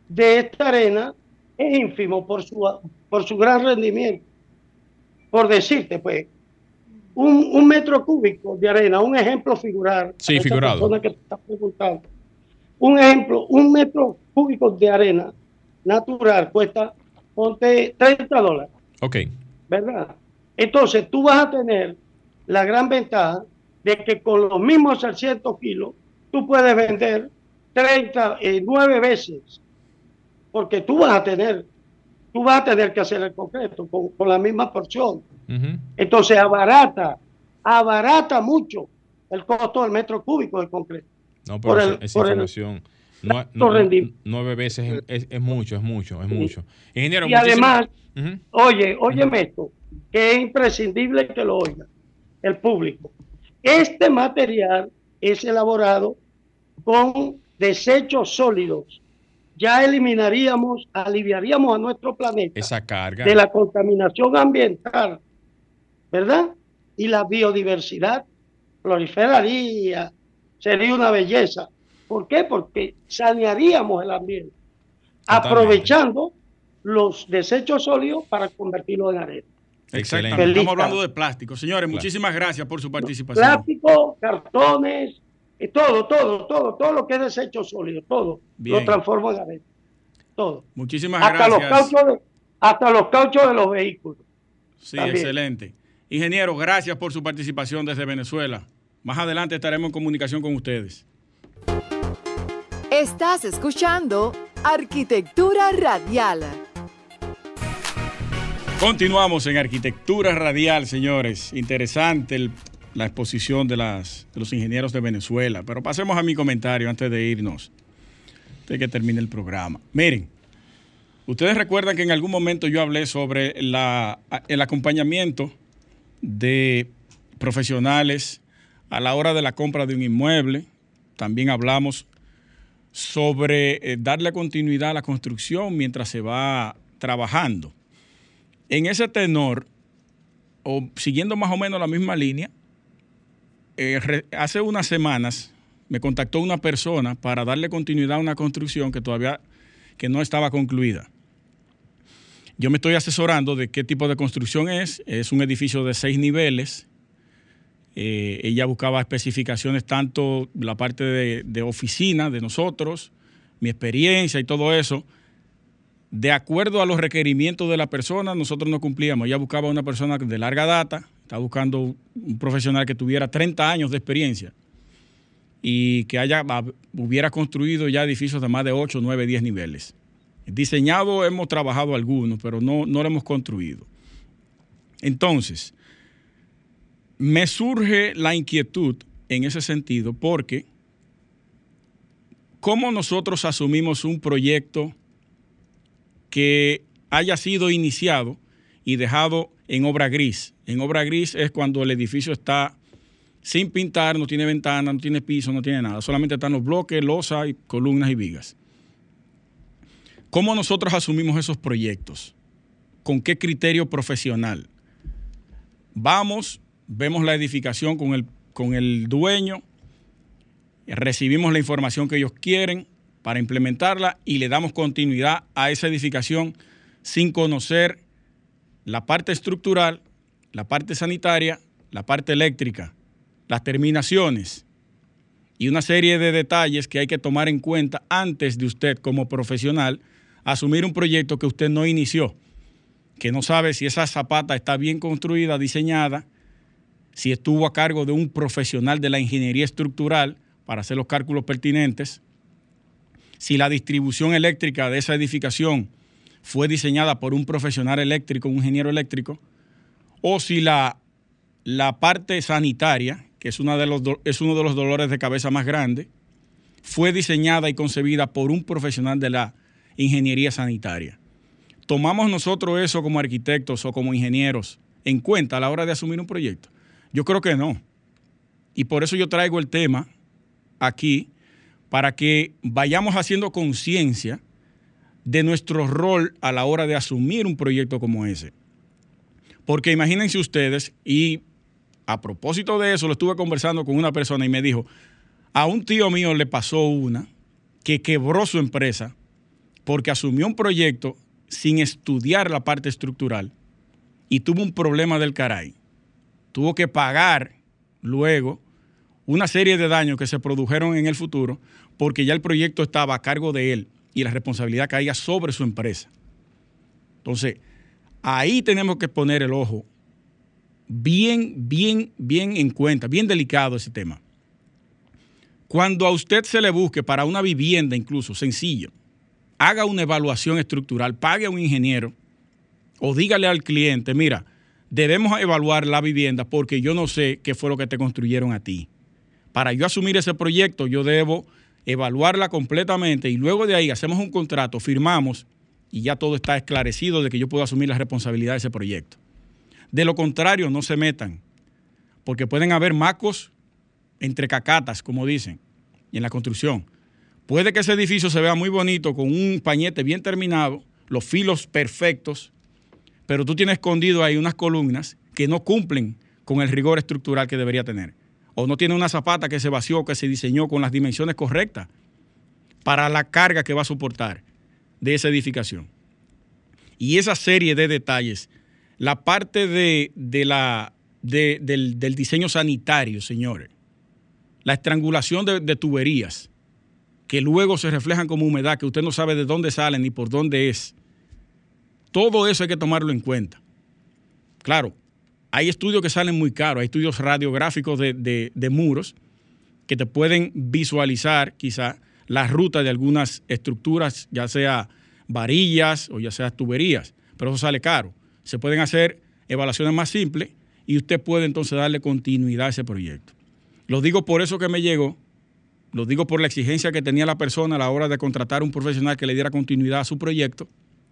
de esta arena es ínfimo por su, por su gran rendimiento. Por decirte, pues, un, un metro cúbico de arena, un ejemplo figurar. Sí, figurado. Persona que te está preguntando. Un ejemplo, un metro cúbico de arena natural cuesta, ponte treinta dólares. Ok. ¿Verdad? Entonces tú vas a tener la gran ventaja de que con los mismos seiscientos kilos tú puedes vender treinta, eh, nueve veces, porque tú vas a tener, tú vas a tener que hacer el concreto con, con la misma porción. Uh-huh. Entonces abarata, abarata mucho el costo del metro cúbico de concreto. No, pero esa, el, esa información, el, no, no, no, nueve veces es, es, es mucho, es mucho, es mucho. Sí. Ingeniero, y además, uh-huh. oye, óyeme uh-huh. esto, que es imprescindible que lo oiga el público. Este material es elaborado con desechos sólidos. Ya eliminaríamos, aliviaríamos a nuestro planeta esa carga de la contaminación ambiental, ¿verdad? Y la biodiversidad proliferaría, sería una belleza. ¿Por qué? Porque sanearíamos el ambiente, totalmente, aprovechando los desechos sólidos para convertirlos en arena. Exactamente. Estamos hablando de plástico. Señores, claro, muchísimas gracias por su participación. Plástico, cartones, todo, todo, todo, todo lo que es desecho sólido, todo Bien. Lo transformo en arena. Todo. Muchísimas hasta gracias. Los cauchos de, hasta los cauchos de los vehículos. Sí, también. Excelente. Ingeniero, gracias por su participación desde Venezuela. Más adelante estaremos en comunicación con ustedes. Estás escuchando Arquitectura Radial. Continuamos en Arquitectura Radial, señores. Interesante el, la exposición de, las, de los ingenieros de Venezuela. Pero pasemos a mi comentario antes de irnos, de que termine el programa. Miren, ustedes recuerdan que en algún momento yo hablé sobre la, el acompañamiento de profesionales a la hora de la compra de un inmueble. También hablamos sobre eh, darle continuidad a la construcción mientras se va trabajando. En ese tenor, o siguiendo más o menos la misma línea, eh, re, hace unas semanas me contactó una persona para darle continuidad a una construcción que todavía que no estaba concluida. Yo me estoy asesorando de qué tipo de construcción es. Es un edificio de seis niveles. Eh, ella buscaba especificaciones tanto la parte de, de oficina de nosotros, mi experiencia y todo eso. De acuerdo a los requerimientos de la persona, nosotros no cumplíamos. Ella buscaba una persona de larga data, estaba buscando un profesional que tuviera treinta años de experiencia y que haya, hubiera construido ya edificios de más de ocho, nueve, diez niveles. Diseñado hemos trabajado algunos, pero no, no lo hemos construido. Entonces, me surge la inquietud en ese sentido porque ¿cómo nosotros asumimos un proyecto que haya sido iniciado y dejado en obra gris? En obra gris es cuando el edificio está sin pintar, no tiene ventana, no tiene piso, no tiene nada. Solamente están los bloques, losa, y columnas y vigas. ¿Cómo nosotros asumimos esos proyectos? ¿Con qué criterio profesional? Vamos, vemos la edificación con el, con el dueño, recibimos la información que ellos quieren para implementarla y le damos continuidad a esa edificación sin conocer la parte estructural, la parte sanitaria, la parte eléctrica, las terminaciones y una serie de detalles que hay que tomar en cuenta antes de usted como profesional asumir un proyecto que usted no inició, que no sabe si esa zapata está bien construida, diseñada, si estuvo a cargo de un profesional de la ingeniería estructural para hacer los cálculos pertinentes, si la distribución eléctrica de esa edificación fue diseñada por un profesional eléctrico, un ingeniero eléctrico, o si la, la parte sanitaria, que es, una de los do, es uno de los dolores de cabeza más grandes, fue diseñada y concebida por un profesional de la ingeniería sanitaria. ¿Tomamos nosotros eso como arquitectos o como ingenieros en cuenta a la hora de asumir un proyecto? Yo creo que no. Y por eso yo traigo el tema aquí, para que vayamos haciendo conciencia de nuestro rol a la hora de asumir un proyecto como ese. Porque imagínense ustedes, y a propósito de eso, lo estuve conversando con una persona y me dijo, a un tío mío le pasó una que quebró su empresa porque asumió un proyecto sin estudiar la parte estructural y tuvo un problema del caray. Tuvo que pagar luego una serie de daños que se produjeron en el futuro porque ya el proyecto estaba a cargo de él y la responsabilidad caía sobre su empresa. Entonces, ahí tenemos que poner el ojo bien, bien, bien en cuenta, bien delicado ese tema. Cuando a usted se le busque para una vivienda incluso sencilla, haga una evaluación estructural, pague a un ingeniero o dígale al cliente, mira, debemos evaluar la vivienda porque yo no sé qué fue lo que te construyeron a ti. Para yo asumir ese proyecto, yo debo evaluarla completamente y luego de ahí hacemos un contrato, firmamos y ya todo está esclarecido de que yo puedo asumir la responsabilidad de ese proyecto. De lo contrario, no se metan, porque pueden haber macos entre cacatas, como dicen, y en la construcción. Puede que ese edificio se vea muy bonito, con un pañete bien terminado, los filos perfectos, pero tú tienes escondido ahí unas columnas que no cumplen con el rigor estructural que debería tener. O no tiene una zapata que se vació, que se diseñó con las dimensiones correctas para la carga que va a soportar de esa edificación. Y esa serie de detalles, la parte de, de la, de, del, del diseño sanitario, señores, la estrangulación de, de tuberías, que luego se reflejan como humedad, que usted no sabe de dónde salen ni por dónde es. Todo eso hay que tomarlo en cuenta. Claro, hay estudios que salen muy caros, hay estudios radiográficos de, de, de muros que te pueden visualizar quizá la ruta de algunas estructuras, ya sea varillas o ya sea tuberías, pero eso sale caro. Se pueden hacer evaluaciones más simples y usted puede entonces darle continuidad a ese proyecto. Lo digo por eso que me llegó, lo digo por la exigencia que tenía la persona a la hora de contratar a un profesional que le diera continuidad a su proyecto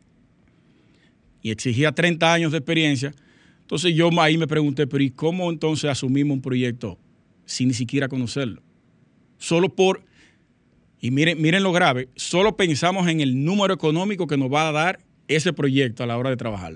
y exigía treinta años de experiencia. Entonces yo ahí me pregunté, pero ¿y cómo entonces asumimos un proyecto sin ni siquiera conocerlo? Solo por, y miren, miren lo grave, solo pensamos en el número económico que nos va a dar ese proyecto a la hora de trabajarlo.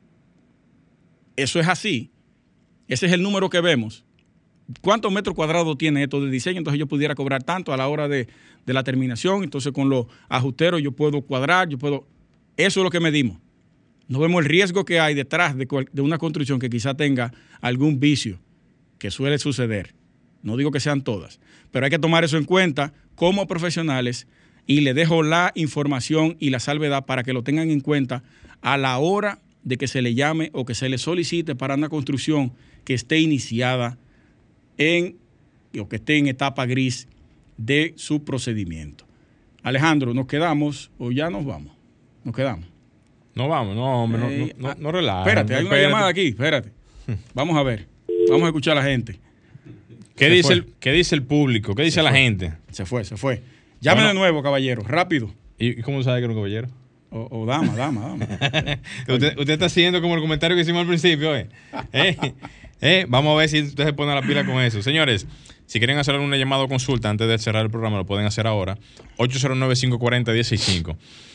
Eso es así. Ese es el número que vemos. ¿Cuántos metros cuadrados tiene esto de diseño? Entonces yo pudiera cobrar tanto a la hora de, de la terminación. Entonces con los ajusteros yo puedo cuadrar, yo puedo... Eso es lo que medimos. No vemos el riesgo que hay detrás de, de una construcción que quizá tenga algún vicio, que suele suceder. No digo que sean todas, pero hay que tomar eso en cuenta como profesionales y le dejo la información y la salvedad para que lo tengan en cuenta a la hora de que se le llame o que se le solicite para una construcción que esté iniciada en, o que esté en etapa gris de su procedimiento. Alejandro, ¿nos quedamos o ya nos vamos? Nos quedamos. No vamos, no, hombre, eh, no, no, no, no relaja. Espérate, hay una espérate. llamada aquí, espérate. Vamos a ver, vamos a escuchar a la gente. ¿Qué, dice el, ¿qué dice el público? ¿Qué dice se la fue. gente? Se fue, se fue. Llame bueno, de nuevo, caballero, rápido. ¿Y cómo sabe que era un caballero? O, o dama, dama, dama. usted, usted está haciendo como el comentario que hicimos al principio, ¿eh? ¿Eh? ¿Eh? Vamos a ver si usted se pone a la pila con eso. Señores, si quieren hacer una llamada o consulta antes de cerrar el programa, lo pueden hacer ahora. ocho cero nueve, cinco cuatro cero, uno cero seis cinco.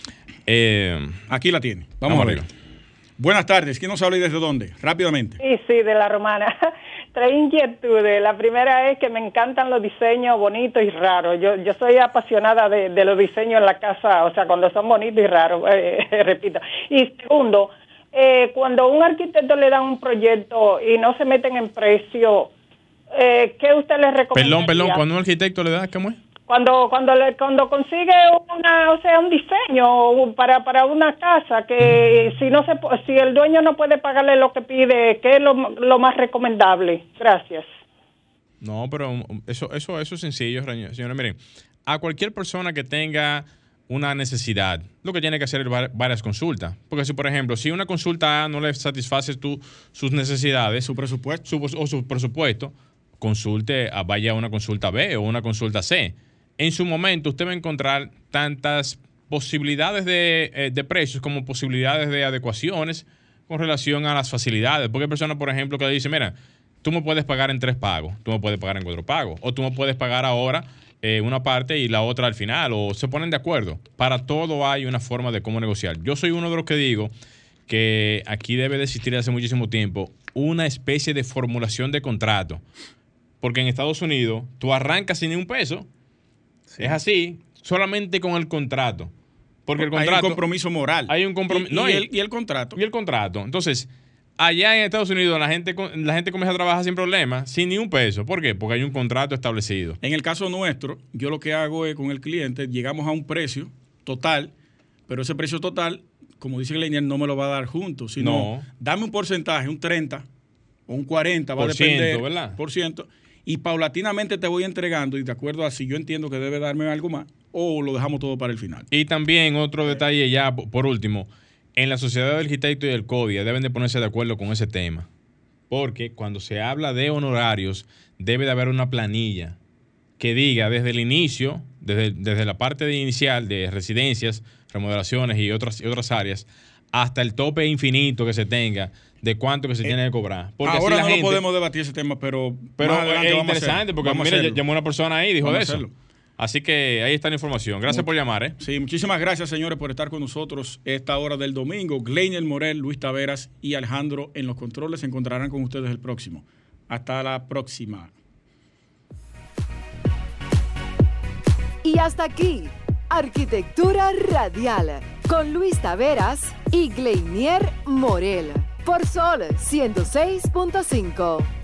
Eh, Aquí la tiene. Vamos, vamos a ver. Arriba. Buenas tardes. ¿Quién nos habla y desde dónde? Rápidamente. Sí, sí, de La Romana. Tres inquietudes. La primera es que me encantan los diseños bonitos y raros. Yo yo soy apasionada de, de los diseños en la casa, o sea, cuando son bonitos y raros, eh, repito. Y segundo, eh, cuando un arquitecto le da un proyecto y no se meten en precio, eh, ¿qué usted le recomienda? Perdón, perdón, cuando un arquitecto le da, ¿cómo es? Cuando cuando le, cuando consigue una, o sea, un diseño para para una casa que si no se si el dueño no puede pagarle lo que pide, ¿qué es lo, lo más recomendable? Gracias. No, pero eso eso eso es sencillo, señores. Miren, a cualquier persona que tenga una necesidad, lo que tiene que hacer es varias consultas. Porque si, por ejemplo, si una consulta A no le satisface tu, sus necesidades, su presupuesto su, o su presupuesto, consulte, vaya a una consulta B o una consulta C. En su momento usted va a encontrar tantas posibilidades de, eh, de precios como posibilidades de adecuaciones con relación a las facilidades. Porque hay personas, por ejemplo, que le dicen, mira, tú me puedes pagar en tres pagos, tú me puedes pagar en cuatro pagos, o tú me puedes pagar ahora eh, una parte y la otra al final, o se ponen de acuerdo. Para todo hay una forma de cómo negociar. Yo soy uno de los que digo que aquí debe de existir hace muchísimo tiempo una especie de formulación de contrato. Porque en Estados Unidos tú arrancas sin ni un peso. Sí. Es así, solamente con el contrato. Porque el contrato... Hay un compromiso moral. Hay un compromiso... Y, no, y, y, el, y el contrato. Y el contrato. Entonces, allá en Estados Unidos la gente, la gente comienza a trabajar sin problema, sin ni un peso. ¿Por qué? Porque hay un contrato establecido. En el caso nuestro, yo lo que hago es con el cliente, llegamos a un precio total, pero ese precio total, como dice Gleinier, no me lo va a dar junto, sino No. dame un porcentaje, un treinta o un cuarenta, va Por a depender, ciento, ¿verdad? Por ciento, y paulatinamente te voy entregando y de acuerdo a si yo entiendo que debe darme algo más, o lo dejamos todo para el final. Y también otro detalle ya, por último, en la Sociedad del Arquitecto y del CODIA deben de ponerse de acuerdo con ese tema. Porque cuando se habla de honorarios, debe de haber una planilla que diga desde el inicio, desde, desde la parte de inicial de residencias, remodelaciones y otras, y otras áreas, hasta el tope infinito que se tenga de cuánto que se eh, tiene que cobrar. Porque ahora así la no gente, lo podemos debatir ese tema, pero, pero más adelante es vamos interesante a porque vamos mira, a llamó una persona ahí y dijo vamos de eso. Así que ahí está la información. Gracias Much, por llamar. ¿eh? Sí, muchísimas gracias, señores, por estar con nosotros esta hora del domingo. Gleinier Morel, Luis Taveras y Alejandro en los controles se encontrarán con ustedes el próximo. Hasta la próxima. Y hasta aquí, Arquitectura Radial, con Luis Taveras y Gleinier Morel, por Sol ciento seis punto cinco.